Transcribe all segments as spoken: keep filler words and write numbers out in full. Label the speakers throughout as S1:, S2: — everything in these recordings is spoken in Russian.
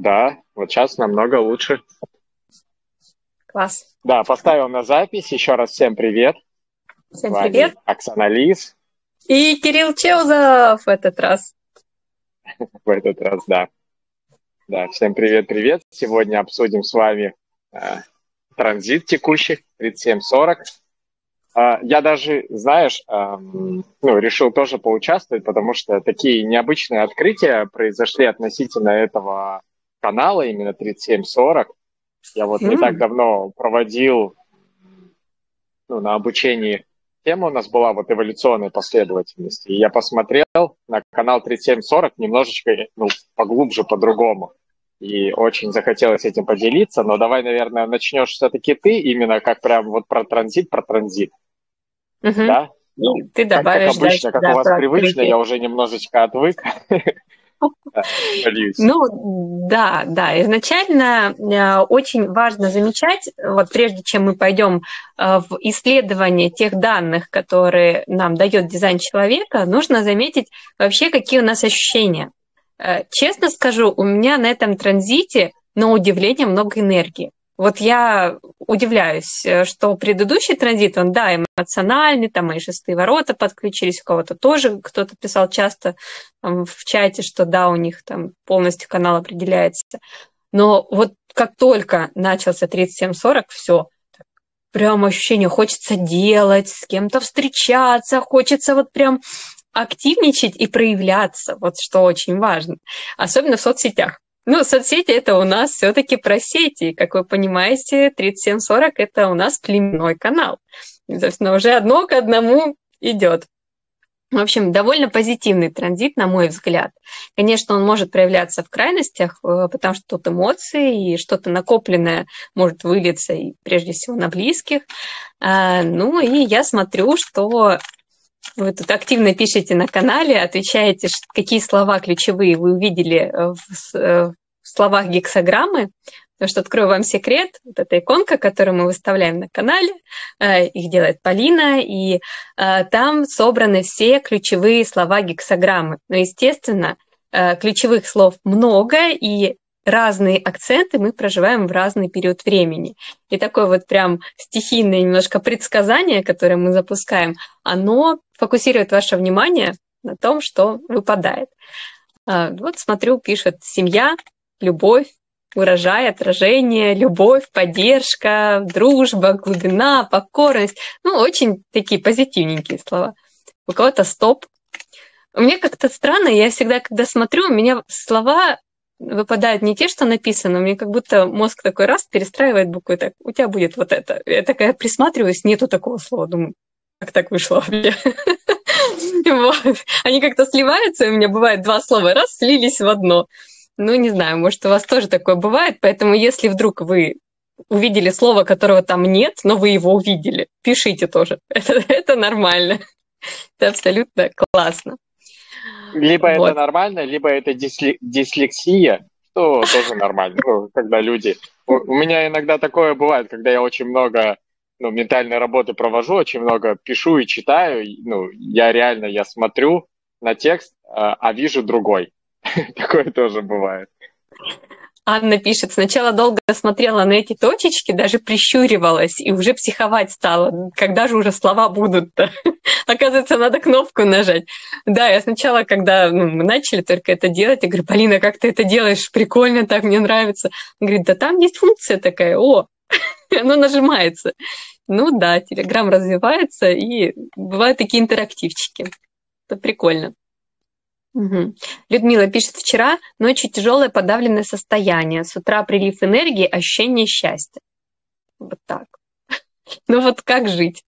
S1: Да, вот сейчас намного лучше.
S2: Класс.
S1: Да, поставил на запись. Еще раз всем привет.
S2: Всем
S1: С вами
S2: привет.
S1: Оксана Лис.
S2: И Кирилл Чеузов в этот раз.
S1: В этот раз, да. Да, всем привет-привет. Сегодня обсудим с вами э, транзит текущий тридцать семь сорок. Э, я даже, знаешь, э, ну, решил тоже поучаствовать, потому что такие необычные открытия произошли относительно этого канала, именно тридцать семь сорок. Я вот не так
S2: М.
S1: давно проводил ну, на обучении тема у нас была вот эволюционной последовательности. И я посмотрел на канал тридцать семь сорок немножечко ну, поглубже, по-другому. И очень захотелось этим поделиться. Но давай, наверное, начнешь все-таки ты, именно как прям вот про транзит, про транзит.
S2: Угу.
S1: Да?
S2: И ты
S1: Как, как
S2: добавишь дальше,
S1: обычно, как у
S2: да,
S1: вас
S2: про
S1: привычно,
S2: открытие.
S1: я уже немножечко отвык.
S2: Ну, да, да. Изначально э, очень важно замечать, вот прежде чем мы пойдем э, в исследование тех данных, которые нам дает дизайн человека, нужно заметить вообще, какие у нас ощущения. Э, честно скажу, у меня на этом транзите, на удивление, много энергии. Вот я удивляюсь, что предыдущий транзит, он, да, эмоциональный, там мои шестые ворота подключились, у кого-то тоже, кто-то писал часто там, в чате, что да, у них там полностью канал определяется. Но вот как только начался тридцать семь сорок, все, прям ощущение, хочется делать, с кем-то встречаться, хочется вот прям активничать и проявляться, вот что очень важно, особенно в соцсетях. Ну, соцсети – это у нас все-таки про сети. Как вы понимаете, тридцать семь сорок – это у нас племенной канал. И, собственно, уже одно к одному идет. В общем, довольно позитивный транзит, на мой взгляд. Конечно, он может проявляться в крайностях, потому что тут эмоции, и что-то накопленное может вылиться, и прежде всего на близких. Ну, и я смотрю, что вы тут активно пишете на канале, отвечаете, какие слова ключевые вы увидели в словах гексограммы. Потому что открою вам секрет, вот эта иконка, которую мы выставляем на канале, их делает Полина, и там собраны все ключевые слова гексограммы. Но, естественно, ключевых слов много, и разные акценты мы проживаем в разный период времени. И такое вот прям стихийное немножко предсказание, которое мы запускаем, оно фокусирует ваше внимание на том, что выпадает. Вот смотрю, пишет семья, любовь, урожай, отражение, любовь, поддержка, дружба, глубина, покорность. Ну, очень такие позитивненькие слова. У кого-то стоп. Мне как-то странно, я всегда, когда смотрю, у меня слова выпадают не те, что написано, мне как будто мозг такой раз перестраивает буквы, так, у тебя будет вот это. Я такая присматриваюсь, нету такого слова, думаю, как так вышло вообще? Вот. Они как-то сливаются, у меня бывает два слова, раз, слились в одно. Ну, не знаю, может, у вас тоже такое бывает, поэтому если вдруг вы увидели слово, которого там нет, но вы его увидели, пишите тоже. Это, это нормально. Это абсолютно классно.
S1: Либо
S2: вот.
S1: это нормально, либо это дисле- дислексия, что тоже нормально, ну, когда люди... У, у меня иногда такое бывает, когда я очень много ну, ментальной работы провожу, очень много пишу и читаю, ну, я реально, я смотрю на текст, а, а вижу другой. Такое тоже бывает.
S2: Анна пишет, сначала долго смотрела на эти точечки, даже прищуривалась, и уже психовать стала. Когда же уже слова будут-то? Оказывается, надо кнопку нажать. Да, я сначала, когда ну, мы начали только это делать, я говорю, Полина, как ты это делаешь? Прикольно так, мне нравится. Она говорит, да там есть функция такая, о, оно нажимается. Ну да, Телеграм развивается, и бывают такие интерактивчики. Это прикольно. Угу. Людмила пишет, вчера ночью тяжелое подавленное состояние, с утра прилив энергии, ощущение счастья. Вот так. Ну вот как жить?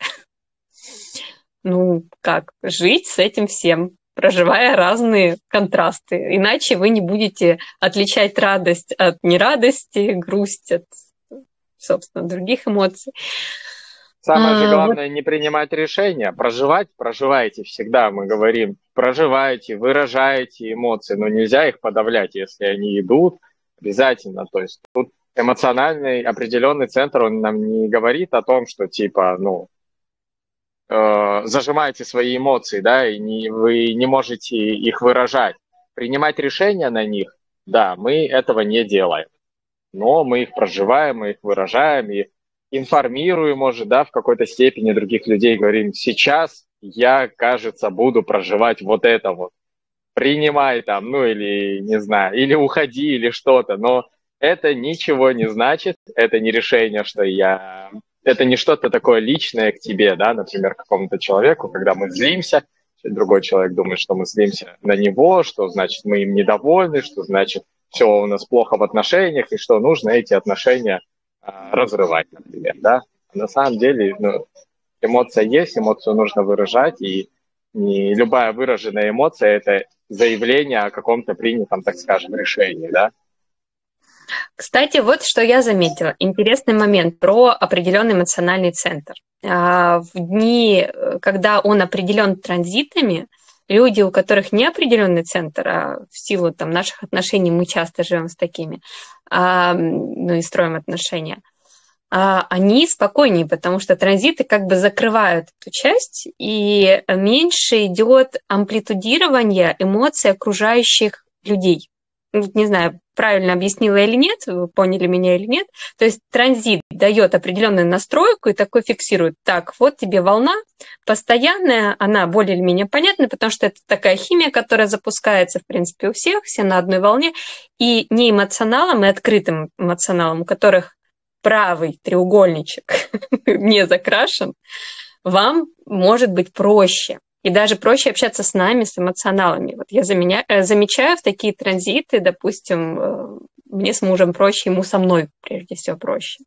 S2: Ну как жить с этим всем, проживая разные контрасты. Иначе вы не будете отличать радость от нерадости, грусть от, собственно, других эмоций.
S1: Самое же главное не принимать решения, проживать, проживайте всегда, мы говорим, проживайте, выражайте эмоции, но нельзя их подавлять, если они идут, обязательно. То есть тут эмоциональный определенный центр, он нам не говорит о том, что типа, ну, э, зажимайте свои эмоции, да, и не, вы не можете их выражать. Принимать решения на них Да, мы этого не делаем, но мы их проживаем, мы их выражаем и информируем, может, да, в какой-то степени других людей, говорим, сейчас я, кажется, буду проживать вот это вот. Принимай там, ну или, не знаю, или уходи, или что-то, но это ничего не значит, это не решение, что я... Это не что-то такое личное к тебе, да, например, к какому-то человеку, когда мы злимся, другой человек думает, что мы злимся на него, что значит мы им недовольны, что значит все у нас плохо в отношениях, и что нужно эти отношения а, разрывать, например, да. На самом деле, ну, эмоция есть, эмоцию нужно выражать, и не любая выраженная эмоция – это заявление о каком-то принятом, так скажем, решении, да.
S2: Кстати, вот что я заметила. Интересный момент про определенный эмоциональный центр. В дни, когда он определен транзитами, люди, у которых не определенный центр, а в силу там, наших отношений мы часто живем с такими, ну и строим отношения, они спокойнее, потому что транзиты как бы закрывают эту часть, и меньше идет амплитудирование эмоций окружающих людей. Не знаю, правильно объяснила или нет, вы поняли меня или нет. То есть транзит дает определенную настройку и такой фиксирует. Так, вот тебе волна постоянная, она более или менее понятна, потому что это такая химия, которая запускается, в принципе, у всех, все на одной волне. И не эмоционалам, и открытым эмоционалам, у которых правый треугольничек не закрашен, вам может быть проще. И даже проще общаться с нами, с эмоционалами. Вот я заменя... замечаю в такие транзиты, допустим, мне с мужем проще, ему со мной прежде всего проще.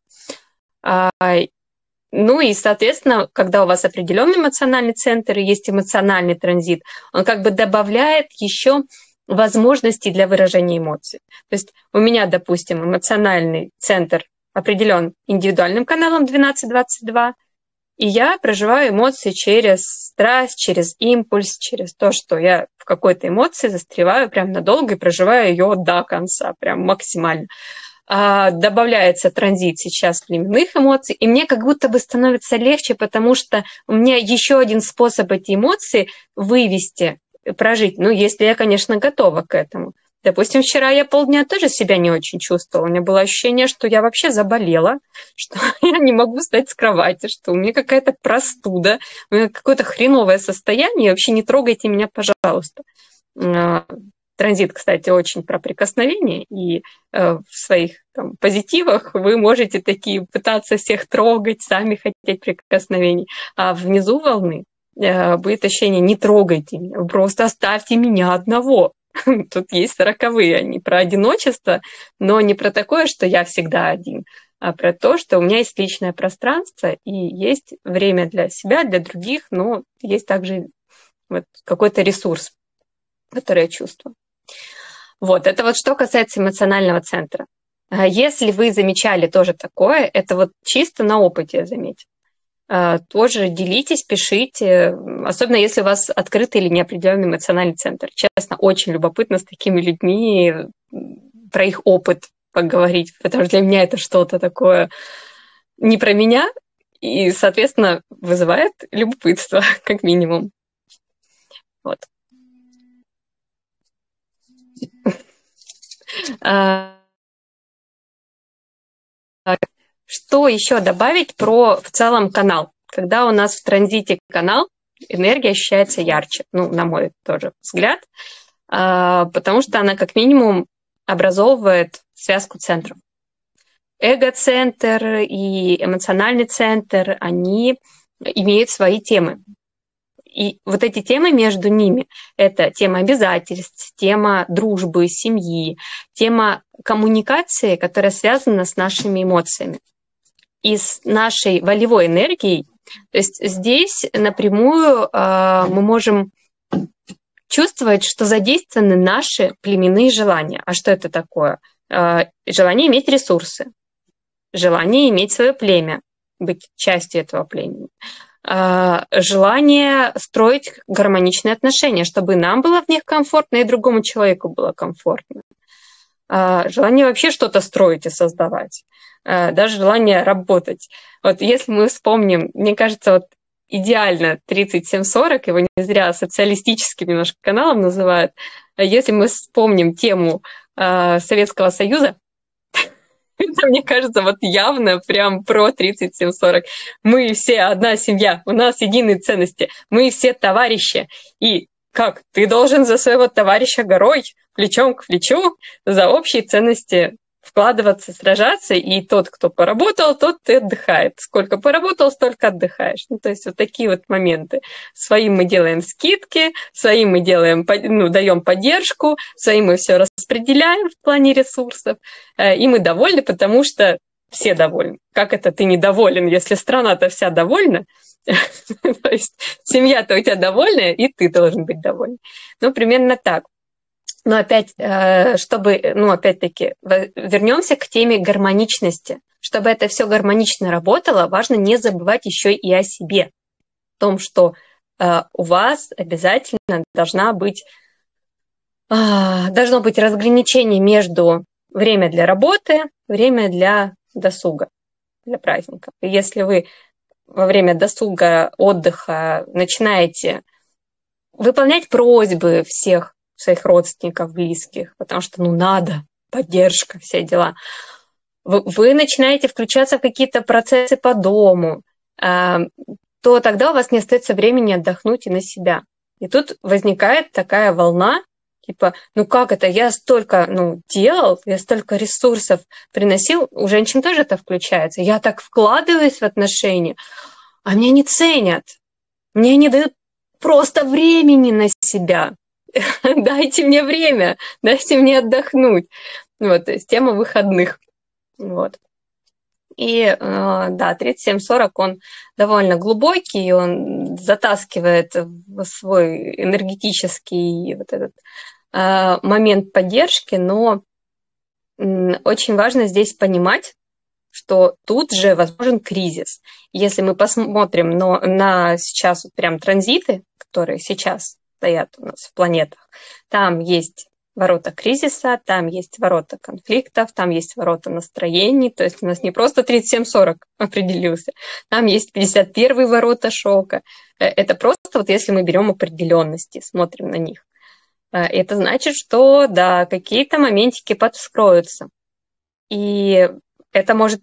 S2: Ну и, соответственно, когда у вас определенный эмоциональный центр и есть эмоциональный транзит, он как бы добавляет еще возможностей для выражения эмоций. То есть у меня, допустим, эмоциональный центр определен индивидуальным каналом двенадцать двадцать два, и я проживаю эмоции через страсть, через импульс, через то, что я в какой-то эмоции застреваю прям надолго и проживаю ее до конца, прям максимально. А добавляется транзит сейчас племенных эмоций, и мне как будто бы становится легче, потому что у меня еще один способ эти эмоции вывести, прожить. Ну, если я, конечно, готова к этому. Допустим, вчера я полдня тоже себя не очень чувствовала. У меня было ощущение, что я вообще заболела, что я не могу встать с кровати, что у меня какая-то простуда, у меня какое-то хреновое состояние, и вообще не трогайте меня, пожалуйста. Транзит, кстати, очень про прикосновение, и в своих там, позитивах вы можете такие пытаться всех трогать, сами хотеть прикосновений, а внизу волны будет ощущение «не трогайте меня, просто оставьте меня одного». Тут есть сороковые, они про одиночество, но не про такое, что я всегда один, а про то, что у меня есть личное пространство и есть время для себя, для других, но есть также вот какой-то ресурс, который я чувствую. Вот, это вот что касается эмоционального центра. Если вы замечали тоже такое, это вот чисто на опыте я заметила. Тоже делитесь, пишите, особенно если у вас открытый или неопределенный эмоциональный центр. Честно, очень любопытно с такими людьми про их опыт поговорить, потому что для меня это что-то такое не про меня, и, соответственно, вызывает любопытство, как минимум. Вот. Что еще добавить про в целом канал? Когда у нас в транзите канал, энергия ощущается ярче, ну, на мой тоже взгляд, потому что она как минимум образовывает связку центров. Эго-центр и эмоциональный центр, они имеют свои темы. И вот эти темы между ними – это тема обязательств, тема дружбы, семьи, тема коммуникации, которая связана с нашими эмоциями и с нашей волевой энергией. То есть здесь напрямую э, мы можем чувствовать, что задействованы наши племенные желания. А что это такое? Э, желание иметь ресурсы, желание иметь свое племя, быть частью этого племени. Желание строить гармоничные отношения, чтобы нам было в них комфортно и другому человеку было комфортно. Желание вообще что-то строить и создавать. Даже желание работать. Вот если мы вспомним, мне кажется, вот идеально тридцать семь сорок, его не зря социалистическим немножко каналом называют, если мы вспомним тему э, Советского Союза. Это, мне кажется, вот явно прям про тридцать семь сорок. Мы все одна семья, у нас единые ценности, мы все товарищи. И как? Ты должен за своего товарища горой, плечом к плечу, за общие ценности вкладываться, сражаться, и тот, кто поработал, тот и отдыхает. Сколько поработал, столько отдыхаешь. Ну, то есть вот такие вот моменты. Своим мы делаем скидки, своим мы делаем, ну, даем поддержку, своим мы все распределяем в плане ресурсов, и мы довольны, потому что все довольны. Как это ты недоволен, если страна-то вся довольна? То есть семья-то у тебя довольная, и ты должен быть доволен. Ну, примерно так. Но опять, чтобы, ну, опять-таки, вернемся к теме гармоничности. Чтобы это все гармонично работало, важно не забывать еще и о себе. В том, что у вас обязательно должна быть, должно быть разграничение между время для работы, время для досуга, для праздников. И если вы во время досуга, отдыха начинаете выполнять просьбы всех своих родственников, близких, потому что, ну, надо, поддержка, все дела. Вы, вы начинаете включаться в какие-то процессы по дому, э, то тогда у вас не остается времени отдохнуть и на себя. И тут возникает такая волна, типа, ну как это, я столько, ну, делал, я столько ресурсов приносил, у женщин тоже это включается, я так вкладываюсь в отношения, а меня не ценят, мне не дают просто времени на себя. Дайте мне время, дайте мне отдохнуть. Вот, то есть тема выходных. Вот. И э, да, тридцать семь сорок, он довольно глубокий, он затаскивает в свой энергетический вот этот э, момент поддержки, но э, очень важно здесь понимать, что тут же возможен кризис. Если мы посмотрим на, на сейчас вот прям транзиты, которые сейчас стоят у нас в планетах, там есть ворота кризиса, там есть ворота конфликтов, там есть ворота настроений, то есть у нас не просто тридцать семь сорок определился, там есть пятьдесят первый ворота шока. Это просто вот если мы берем определенности, смотрим на них. Это значит, что да, какие-то моментики подвскроются. И это может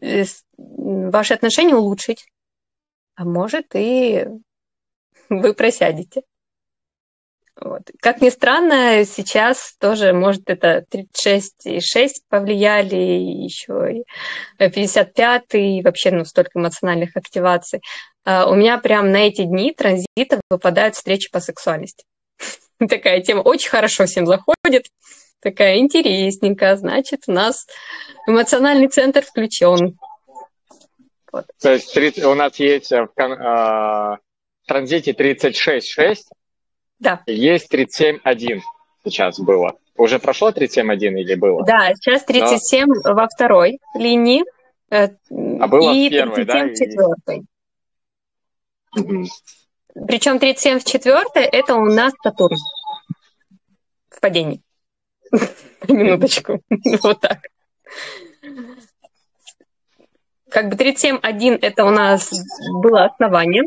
S2: ваши отношения улучшить, а может и вы просядете. Вот. Как ни странно, сейчас тоже, может, это тридцать шесть и шесть повлияли, еще и пятьдесят пятый, и вообще, ну, столько эмоциональных активаций. Uh, у меня прям на эти дни транзита выпадают встречи по сексуальности. Такая тема очень хорошо всем заходит, такая интересненькая, значит, у нас эмоциональный центр включен.
S1: Вот. То есть у нас есть в uh, транзите тридцать шесть шесть.
S2: Да.
S1: Есть тридцать семь один сейчас было. Уже прошло тридцать семь один или было?
S2: Да, сейчас тридцать семь Но... во второй линии.
S1: А было
S2: и
S1: в первой,
S2: тридцать семь
S1: да?
S2: в четвертой.
S1: И... Угу.
S2: Причем тридцать семь в четвертой это у нас Сатурн в падении. Минуточку. Вот так. Как бы тридцать семь один это у нас было основание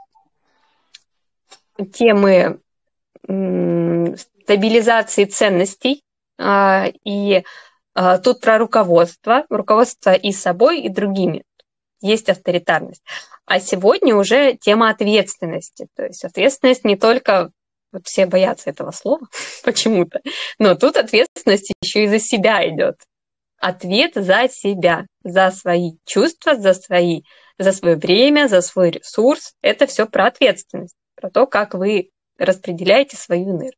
S2: темы стабилизации ценностей, и тут про руководство, руководство и собой, и другими. Есть авторитарность. А сегодня уже тема ответственности. То есть ответственность не только, вот все боятся этого слова почему-то, но тут ответственность еще и за себя идет. Ответ за себя, за свои чувства, за, свои, за свое время, за свой ресурс. Это все про ответственность, про то, как вы распределяете свою энергию.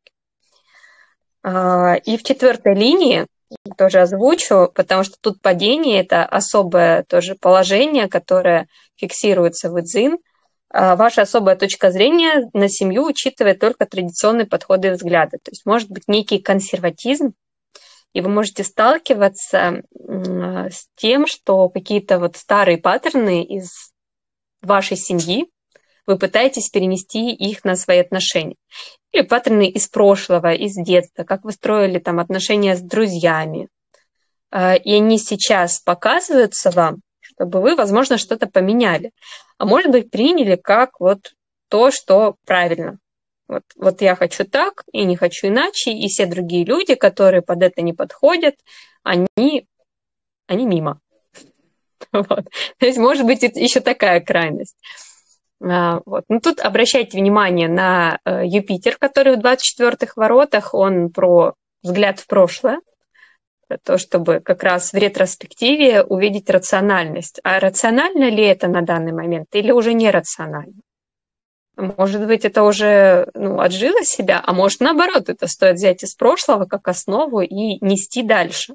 S2: И в четвертой линии тоже озвучу, потому что тут падение – это особое тоже положение, которое фиксируется в Идзин. Ваша особая точка зрения на семью учитывает только традиционные подходы и взгляды. То есть может быть некий консерватизм, и вы можете сталкиваться с тем, что какие-то вот старые паттерны из вашей семьи, вы пытаетесь перенести их на свои отношения. Или паттерны из прошлого, из детства, как вы строили там отношения с друзьями. И они сейчас показываются вам, чтобы вы, возможно, что-то поменяли. А может быть, приняли как вот то, что правильно. Вот, вот я хочу так и не хочу иначе, и все другие люди, которые под это не подходят, они, они мимо. Вот. То есть, может быть, это еще такая крайность. А, вот. Но тут обращайте внимание на э, Юпитер, который в двадцать четвёртых воротах, он про взгляд в прошлое, про то, чтобы как раз в ретроспективе увидеть рациональность. А рационально ли это на данный момент или уже нерационально? Может быть, это уже ну, отжило себя, а может, наоборот, это стоит взять из прошлого как основу и нести дальше.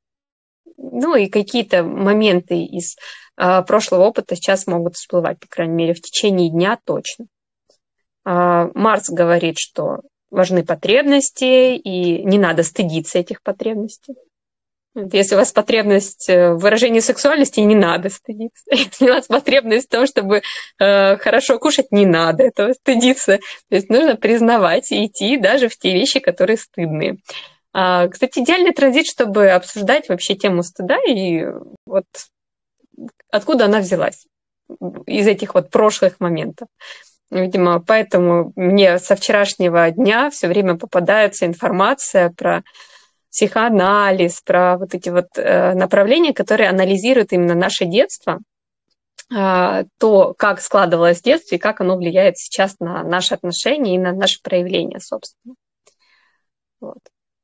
S2: Ну и какие-то моменты из э, прошлого опыта сейчас могут всплывать, по крайней мере, в течение дня точно. Э, Марс говорит, что важны потребности, и не надо стыдиться этих потребностей. Если у вас потребность в выражении сексуальности, не надо стыдиться. Если у вас потребность в том, чтобы э, хорошо кушать, не надо этого стыдиться. То есть нужно признавать и идти даже в те вещи, которые стыдные. А, кстати, идеальный транзит, чтобы обсуждать вообще тему стыда и вот откуда она взялась из этих вот прошлых моментов. Видимо, поэтому мне со вчерашнего дня все время попадается информация про психоанализ, про вот эти вот э, направления, которые анализируют именно наше детство, э, то, как складывалось в детстве и как оно влияет сейчас на наши отношения и на наши проявления, собственно. Вот.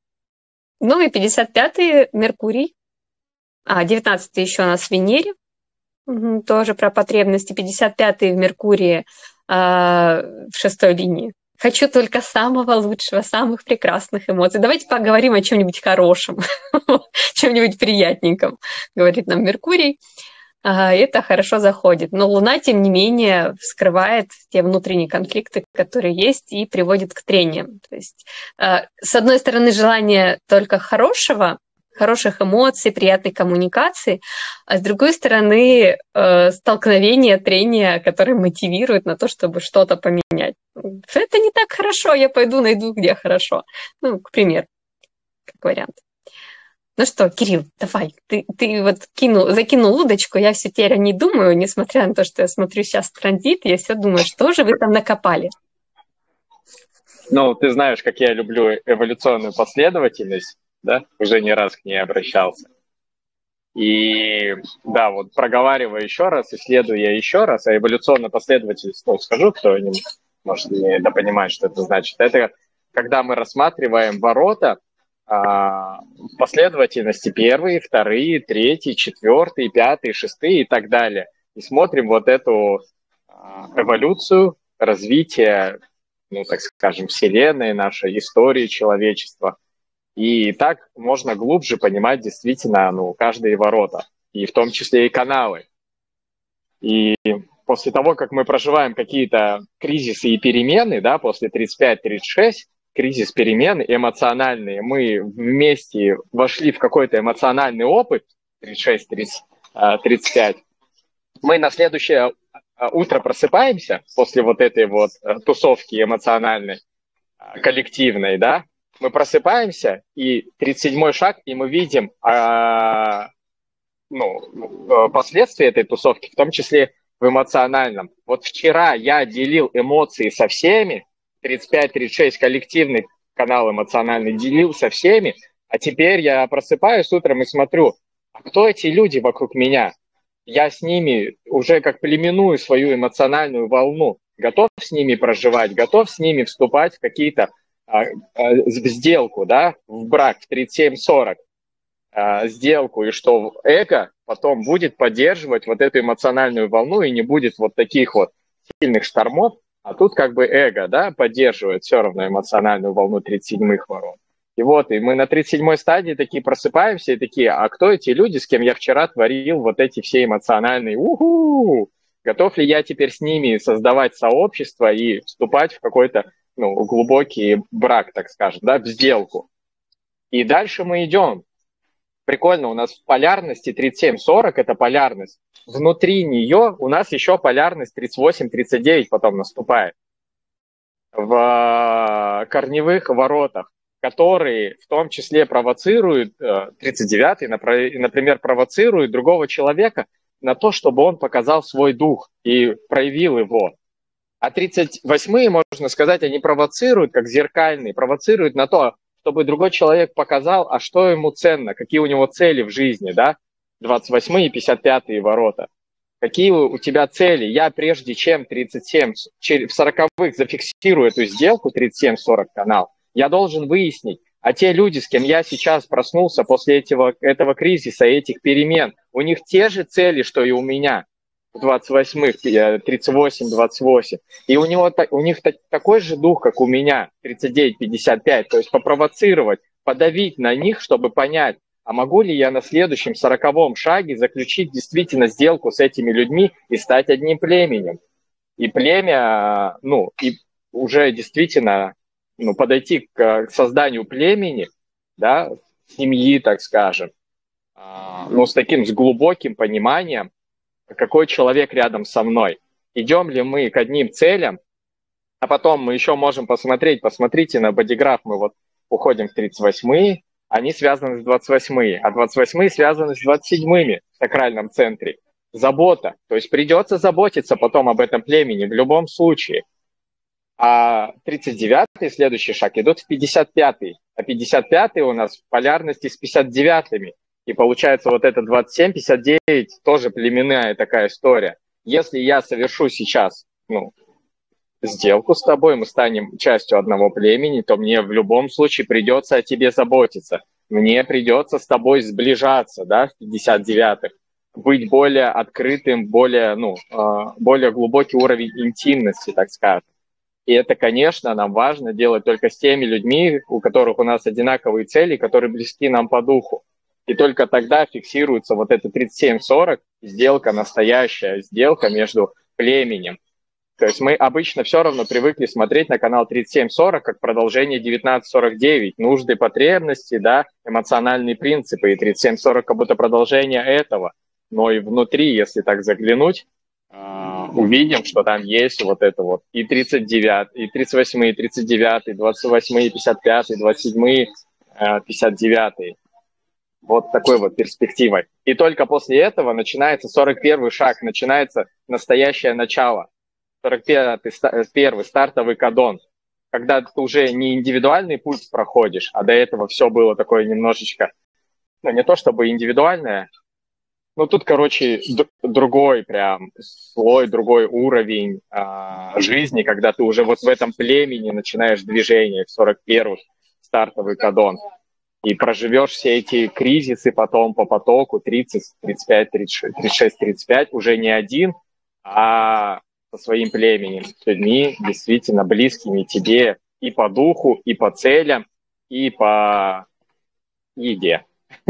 S2: Ну и пятьдесят пятый Меркурий, а девятнадцатый еще у нас в Венере, угу, тоже про потребности, пятьдесят пятый в Меркурии э, в шестой линии. Хочу только самого лучшего, самых прекрасных эмоций. Давайте поговорим о чем-нибудь хорошем, чем-нибудь приятненьком, говорит нам Меркурий. Это хорошо заходит. Но Луна, тем не менее, вскрывает те внутренние конфликты, которые есть, и приводит к трениям. То есть, с одной стороны, желание только хорошего, хороших эмоций, приятной коммуникации, а с другой стороны, столкновение, трение, которое мотивирует на то, чтобы что-то поменять. Это не так хорошо, я пойду найду, где хорошо. Ну, к примеру, как вариант. Ну что, Кирилл, давай, ты, ты вот кинул, закинул удочку, я все теперь не думаю, несмотря на то, что я смотрю сейчас транзит, я все думаю, что же вы там накопали?
S1: Ну, ты знаешь, как я люблю эволюционную последовательность, да, уже не раз к ней обращался. И да, вот проговариваю еще раз, исследую я еще раз, а эволюционная последовательность, ну, скажу, кто не может не допонимать, что это значит. Это когда мы рассматриваем ворота а, в последовательности первые, вторые, третьи, четвертые, пятые, шестые и так далее. И смотрим вот эту а, эволюцию, развитие, ну, так скажем, Вселенной, нашей истории человечества. И так можно глубже понимать действительно ну, каждые ворота, и в том числе и каналы. И после того, как мы проживаем какие-то кризисы и перемены, да, после тридцать пять тридцать шесть, кризис перемены эмоциональные, мы вместе вошли в какой-то эмоциональный опыт, тридцать шесть тридцать пять, мы на следующее утро просыпаемся после вот этой вот тусовки эмоциональной, коллективной, да, мы просыпаемся, и тридцать седьмой шаг, и мы видим а, ну, последствия этой тусовки, в том числе в эмоциональном. Вот вчера я делил эмоции со всеми, тридцать пять тридцать шесть коллективный канал эмоциональный делил со всеми, а теперь я просыпаюсь утром и смотрю, а кто эти люди вокруг меня? Я с ними уже как племенную свою эмоциональную волну, готов с ними проживать, готов с ними вступать в какие-то в сделку, да, в брак в тридцать семь сорок, сделку, и что эго потом будет поддерживать вот эту эмоциональную волну, и не будет вот таких вот сильных штормов, а тут как бы эго, да, поддерживает все равно эмоциональную волну тридцать седьмых ворот. И вот, и мы на тридцать седьмой стадии такие просыпаемся и такие, а кто эти люди, с кем я вчера творил вот эти все эмоциональные уху, готов ли я теперь с ними создавать сообщество и вступать в какой-то ну, глубокий брак, так скажем, да, в сделку. И дальше мы идем. Прикольно, у нас в полярности тридцать семь сорок, это полярность. Внутри нее у нас еще полярность тридцать восемь тридцать девять потом наступает. В корневых воротах, которые в том числе провоцируют, тридцать девятый, например, провоцирует другого человека на то, чтобы он показал свой дух и проявил его. А тридцать восьмые, можно сказать, они провоцируют, как зеркальные, провоцируют на то, чтобы другой человек показал, а что ему ценно, какие у него цели в жизни, да? двадцать восьмые и пятьдесят пятые ворота. Какие у тебя цели? Я прежде чем тридцать семь, в сороковых зафиксирую эту сделку, тридцать семь сорок канал, я должен выяснить, а те люди, с кем я сейчас проснулся после этого, этого кризиса, этих перемен, у них те же цели, что и у меня в двадцать восьмых, тридцать восемь двадцать восемь. И у, него, у них такой же дух, как у меня, тридцать девять пятьдесят пять. То есть попровоцировать, подавить на них, чтобы понять, а могу ли я на следующем сороковом шаге заключить действительно сделку с этими людьми и стать одним племенем. И племя, ну, и уже действительно ну, подойти к, к созданию племени, да, семьи, так скажем, ну, с таким, с глубоким пониманием, какой человек рядом со мной. Идем ли мы к одним целям, а потом мы еще можем посмотреть, посмотрите на бодиграф, мы вот уходим в тридцать восьмые, они связаны с двадцать восьмые, а двадцать восьмые связаны с двадцать седьмыми в сакральном центре. Забота, то есть придется заботиться потом об этом племени в любом случае. А тридцать девятый, следующий шаг, идут в пятьдесят пятый, а пятьдесят пятый у нас в полярности с пятьдесят девятыми. И получается вот это двадцать семь пятьдесят девять тоже племенная такая история. Если я совершу сейчас ну, сделку с тобой, мы станем частью одного племени, то мне в любом случае придется о тебе заботиться. Мне придется с тобой сближаться, да, в пятьдесят девятых. Быть более открытым, более, ну, более глубокий уровень интимности, так скажем. И это, конечно, нам важно делать только с теми людьми, у которых у нас одинаковые цели, которые близки нам по духу. И только тогда фиксируется вот это тридцать семь сорок, сделка, настоящая сделка между племенем. То есть мы обычно все равно привыкли смотреть на канал тридцать семь сорок как продолжение девятнадцать сорок девять, нужды, потребности, да, эмоциональные принципы. И тридцать семь сорок как будто продолжение этого. Но и внутри, если так заглянуть, увидим, что там есть вот это вот и тридцать девятый, и тридцать восьмые, и тридцать девятый, двадцать восьмые, пятьдесят пятый, двадцать седьмые, пятьдесят девятый. Вот такой вот перспективой. И только после этого начинается сорок первый шаг, начинается настоящее начало. сорок первый стартовый кадон, когда ты уже не индивидуальный путь проходишь, а до этого все было такое немножечко, ну не то чтобы индивидуальное, но тут, короче, другой прям слой, другой уровень а, жизни, когда ты уже вот в этом племени начинаешь движение в сорок первый стартовый кадон. И проживешь все эти кризисы потом по потоку тридцать, тридцать пять, тридцать шесть, тридцать пять, уже не один, а со своим племенем, с людьми действительно близкими тебе и по духу, и по целям, и по еде,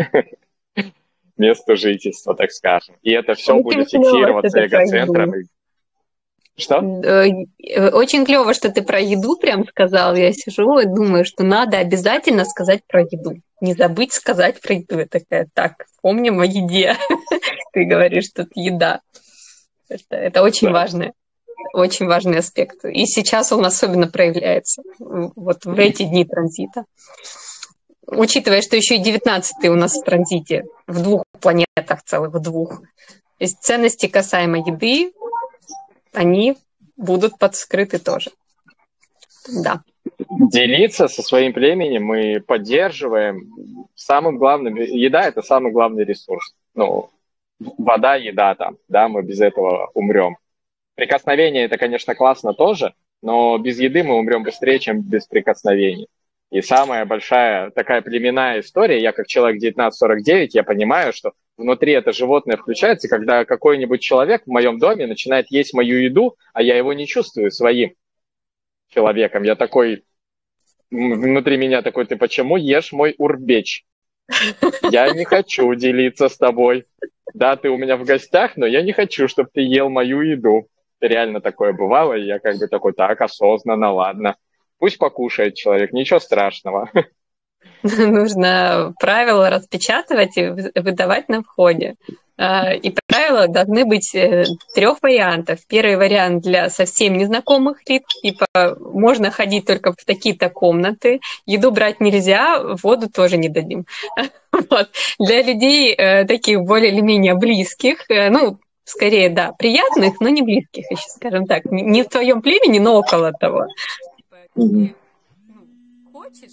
S1: месту жительства, так скажем. И это все
S2: Очень
S1: будет
S2: клево,
S1: фиксироваться эгоцентром. Что?
S2: Очень клево, что ты про еду прям сказал. Я сижу и думаю, что надо обязательно сказать про еду. Не забыть сказать про еду. Я такая, так, помним о еде. Ты говоришь, что это еда. Это, это очень да. важно. Очень важный аспект. И сейчас он особенно проявляется. Вот в эти дни транзита. Учитывая, что еще и девятнадцатый у нас в транзите. В двух планетах целых, в двух. То есть ценности касаемо еды, они будут подскрыты тоже. Да.
S1: Делиться со своим племенем мы поддерживаем. Самым главным, еда – это самый главный ресурс. Ну, вода, еда там, да, мы без этого умрем. Прикосновение – это, конечно, классно тоже, но без еды мы умрем быстрее, чем без прикосновений. И самая большая такая племенная история, я как человек девятнадцать сорок девять, я понимаю, что внутри это животное включается, когда какой-нибудь человек в моем доме начинает есть мою еду, а я его не чувствую своим человеком. Я такой, внутри меня такой, ты почему ешь мой урбеч? Я не хочу делиться с тобой. Да, ты у меня в гостях, но я не хочу, чтобы ты ел мою еду. Реально такое бывало, и я как бы такой, так, осознанно, ладно. Пусть покушает человек, ничего страшного.
S2: Нужно правила распечатывать и выдавать на входе. И правила должны быть трех вариантов. Первый вариант для совсем незнакомых лиц, типа можно ходить только в такие-то комнаты, еду брать нельзя, воду тоже не дадим. Вот. Для людей таких более или менее близких, ну, скорее, да, приятных, но не близких еще, скажем так. Не в твоем племени, но около того.
S1: Мгм.
S2: Хочешь?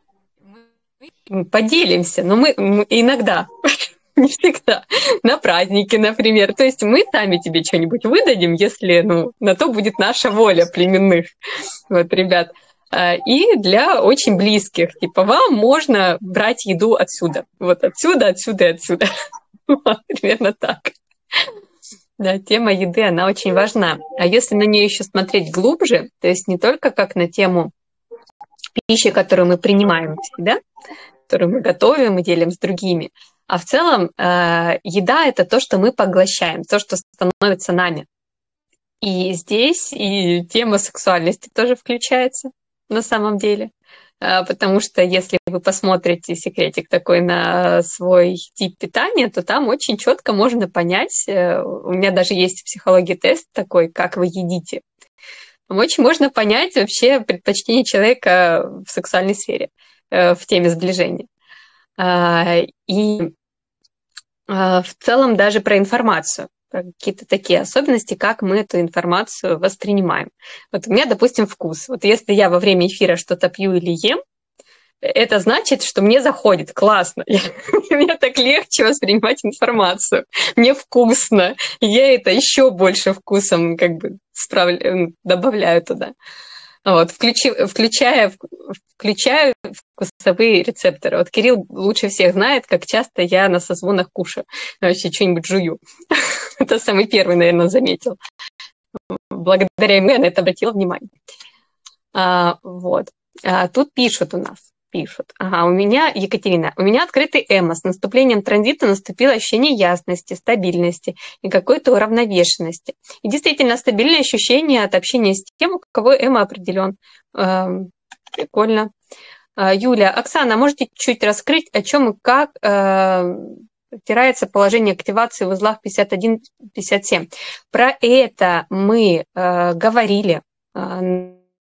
S2: Поделимся, но мы, мы иногда, не всегда, на праздники, например. То есть мы сами тебе что-нибудь выдадим, если, ну, на то будет наша воля племенных. Вот, ребят. А, И для очень близких, типа, вам можно брать еду отсюда. Вот отсюда, отсюда и отсюда. Вот, примерно так. Да, тема еды, она очень важна. А если на нее еще смотреть глубже, то есть не только как на тему пищи, которую мы принимаем в себя, которую мы готовим и делим с другими, а в целом э, еда – это то, что мы поглощаем, то, что становится нами. И здесь и тема сексуальности тоже включается на самом деле. А, Потому что если вы посмотрите секретик такой на свой тип питания, то там очень четко можно понять, э, у меня даже есть в психологии тест такой, как вы едите. Там очень можно понять вообще предпочтение человека в сексуальной сфере, э, в теме сближения. А, И а, в целом даже про информацию, про какие-то такие особенности, как мы эту информацию воспринимаем. Вот у меня, допустим, вкус. Вот если я во время эфира что-то пью или ем, это значит, что мне заходит классно. Мне так легче воспринимать информацию. Мне вкусно. И я это еще больше вкусом как бы справля... добавляю туда. Вот, включи, включая, включаю вкусовые рецепторы. Вот Кирилл лучше всех знает, как часто я на созвонах кушаю. Вообще что-нибудь жую. Это самый первый, наверное, заметил. Благодаря ему я на это обратила внимание. А, вот. А, тут пишут у нас. Пишут. Ага, у меня, Екатерина, у меня открытый эмо. С наступлением транзита наступило ощущение ясности, стабильности и какой-то уравновешенности. И действительно, стабильное ощущение от общения с тем, у кого эмо определен. Эм, прикольно. А, Юля, Оксана, можете чуть раскрыть, о чем и как э, стирается положение активации в узлах пятьдесят один пятьдесят семь? Про это мы э, говорили. Э,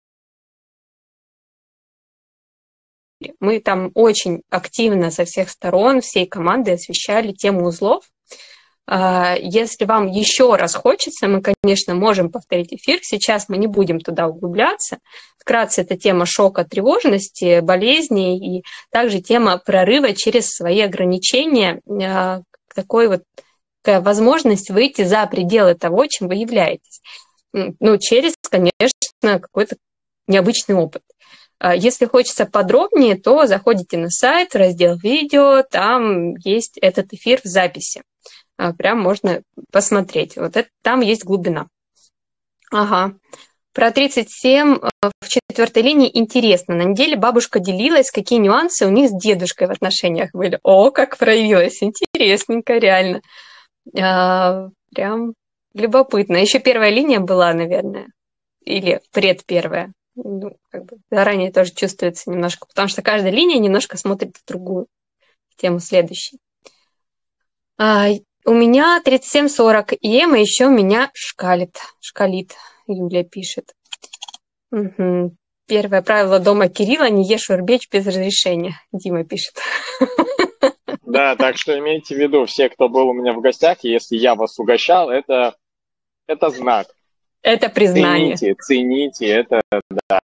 S2: Мы там очень активно со всех сторон, всей командой освещали тему узлов. Если вам еще раз хочется, мы, конечно, можем повторить эфир. Сейчас мы не будем туда углубляться. Вкратце, это тема шока, тревожности, болезней и также тема прорыва через свои ограничения, такой вот такая возможность выйти за пределы того, чем вы являетесь. Ну, через, конечно, какой-то необычный опыт. Если хочется подробнее, то заходите на сайт, раздел видео, там есть этот эфир в записи. Прям можно посмотреть. Вот это, там есть глубина. Ага. Про тридцать семь в четвертой линии интересно. На неделе бабушка делилась, какие нюансы у них с дедушкой в отношениях были. О, как проявилось. Интересненько, реально. А, прям любопытно. Еще первая линия была, наверное. Или предпервая. Ну, как бы заранее тоже чувствуется немножко, потому что каждая линия немножко смотрит в другую в тему следующей. А, у меня тридцать семь сорок, и эмо еще меня шкалит. Шкалит, Юлия пишет. Угу. Первое правило дома Кирилла – не ешь урбеч без разрешения, Дима пишет.
S1: Да, так что имейте в виду, все, кто был у меня в гостях, если я вас угощал, это, это знак.
S2: Это признание.
S1: Цените, цените, это да.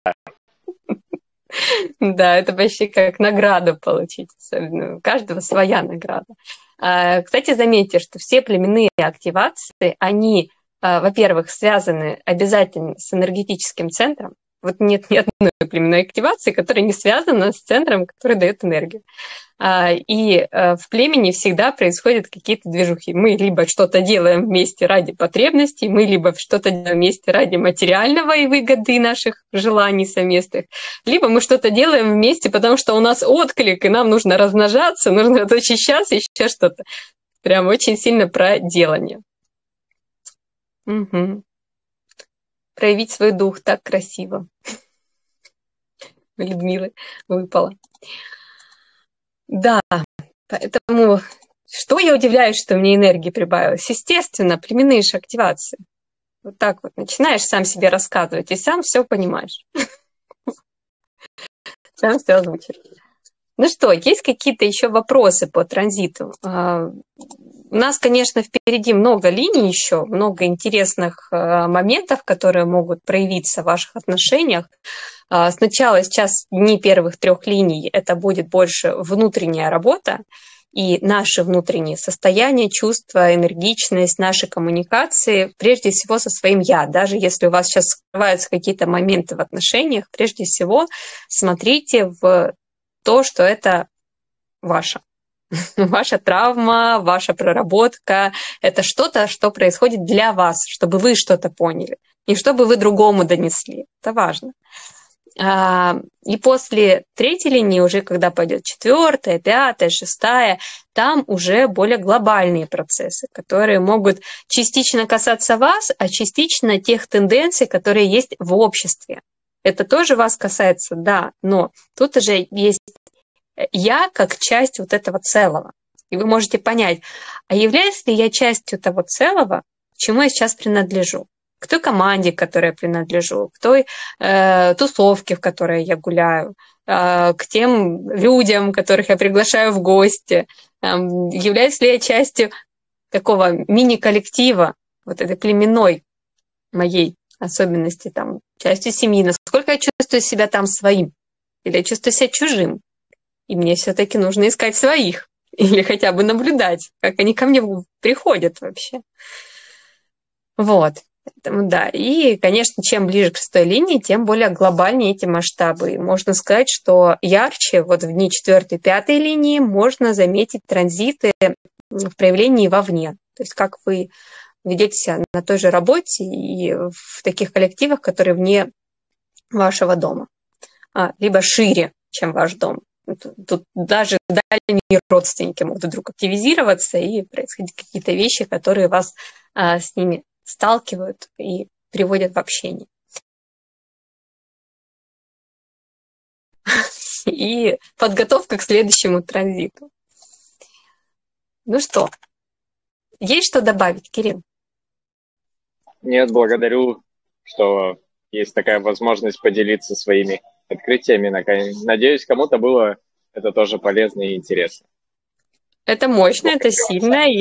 S2: Да, это почти как награду получить. У каждого своя награда. Кстати, заметьте, что все племенные активации, они, во-первых, связаны обязательно с энергетическим центром. Вот нет ни одной племенной активации, которая не связана с центром, который дает энергию. И в племени всегда происходят какие-то движухи. Мы либо что-то делаем вместе ради потребностей, мы либо что-то делаем вместе ради материального и выгоды наших желаний совместных, либо мы что-то делаем вместе, потому что у нас отклик, и нам нужно размножаться, нужно защищаться, еще что-то. Прям очень сильно про делание. Угу. Проявить свой дух так красиво. Людмилы выпало. Да, поэтому что я удивляюсь, что мне энергии прибавилось? Естественно, племенные же активации. Вот так вот начинаешь сам себе рассказывать, и сам все понимаешь. Сам все озвучиваешь. Ну что, есть какие-то еще вопросы по транзиту? у нас, конечно, впереди много линий еще, много интересных моментов, которые могут проявиться в ваших отношениях. Сначала сейчас дни первых трех линий это будет больше внутренняя работа, и наши внутренние состояния, чувства, энергичность, наши коммуникации, прежде всего со своим «я». Даже если у вас сейчас скрываются какие-то моменты в отношениях, прежде всего смотрите в то, что это ваше. Ваша травма, ваша проработка – это что-то, что происходит для вас, чтобы вы что-то поняли, не чтобы вы другому донесли. Это важно. И после третьей линии, уже когда пойдет четвертая, пятая, шестая, там уже более глобальные процессы, которые могут частично касаться вас, а частично тех тенденций, которые есть в обществе. Это тоже вас касается, да, но тут уже есть я как часть вот этого целого. И вы можете понять, а являюсь ли я частью того целого, к чему я сейчас принадлежу? К той команде, к которой я принадлежу, к той э, тусовке, в которой я гуляю, э, к тем людям, которых я приглашаю в гости. Э, являюсь ли я частью такого мини-коллектива, вот этой племенной моей особенности, там, частью семьи? Насколько я чувствую себя там своим? Или я чувствую себя чужим? И мне все-таки нужно искать своих. Или хотя бы наблюдать, как они ко мне приходят вообще. Вот. Поэтому, да. И, конечно, чем ближе к шестой линии, тем более глобальнее эти масштабы. И можно сказать, что ярче вот в дни четвертой, пятой линии можно заметить транзиты в проявлении вовне. То есть как вы ведете себя на той же работе и в таких коллективах, которые вне вашего дома. А, либо шире, чем ваш дом. Тут даже дальние родственники могут вдруг активизироваться и происходить какие-то вещи, которые вас а, с ними сталкивают и приводят в общение. И подготовка к следующему транзиту. Ну что, есть что добавить, Кирилл?
S1: Нет, благодарю, что есть такая возможность поделиться своими открытиями. Надеюсь, кому-то было это тоже полезно и интересно.
S2: Это мощно, это сильно.